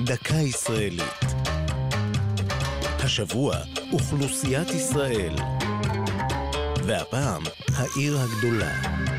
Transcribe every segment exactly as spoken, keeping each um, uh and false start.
דקה ישראלית. השבוע אוכלוסיית ישראל. והפעם העיר הגדולה.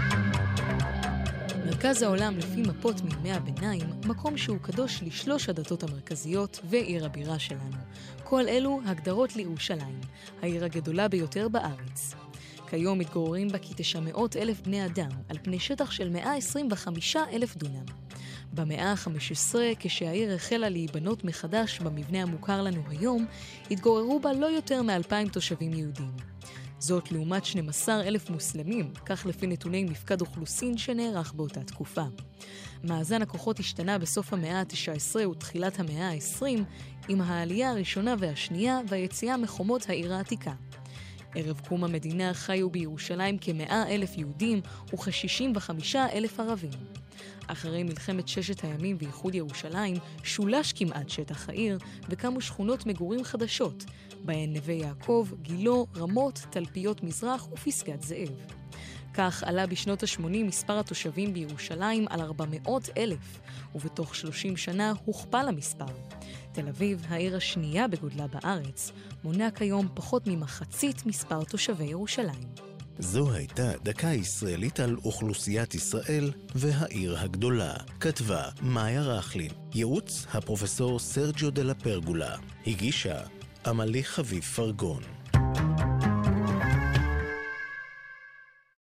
מרכז העולם לפי מפות מימי הביניים, מקום שהוא קדוש לשלוש הדתות המרכזיות ועיר הבירה שלנו. כל אלו הגדרות לירושלים, העיר הגדולה ביותר בארץ. כיום מתגוררים בה כ-תשע מאות אלף בני אדם, על פני שטח של מאה עשרים וחמישה אלף דונם. במאה ה-חמש עשרה, כשהעיר החלה להיבנות מחדש במבנה המוכר לנו היום, התגוררו בה לא יותר מ-אלפיים תושבים יהודים. זאת לעומת שנים עשר אלף מוסלמים, כך לפי נתוני מפקד אוכלוסין שנערך באותה תקופה. מאזן הכוחות השתנה בסוף המאה ה-תשע עשרה ותחילת המאה ה-עשרים, עם העלייה הראשונה והשנייה והיציאה מחומות העיר העתיקה. ערב קום המדינה חיו בירושלים כ-מאה אלף יהודים וכ-שישים וחמישה אלף ערבים. אחרי מלחמת ששת הימים ואיחוד ירושלים, שולש כמעט שטח העיר וקמו שכונות מגורים חדשות, בהן נווה יעקב, גילו, רמות, תלפיות מזרח ופסגת זאב. כך עלה בשנות ה-שמונים מספר התושבים בירושלים על ארבע מאות אלף, ובתוך שלושים שנה הוכפל המספר. תל אביב, העיר השנייה בגודלה בארץ, מונה כיום פחות ממחצית מספר תושבי ירושלים. זו הייתה דקה ישראלית על אוכלוסיית ישראל והעיר הגדולה. כתבה מאיה רחלין, ייעוץ הפרופסור סרג'יו דלה פרגולה, הגישה עמלי חביב פרגון.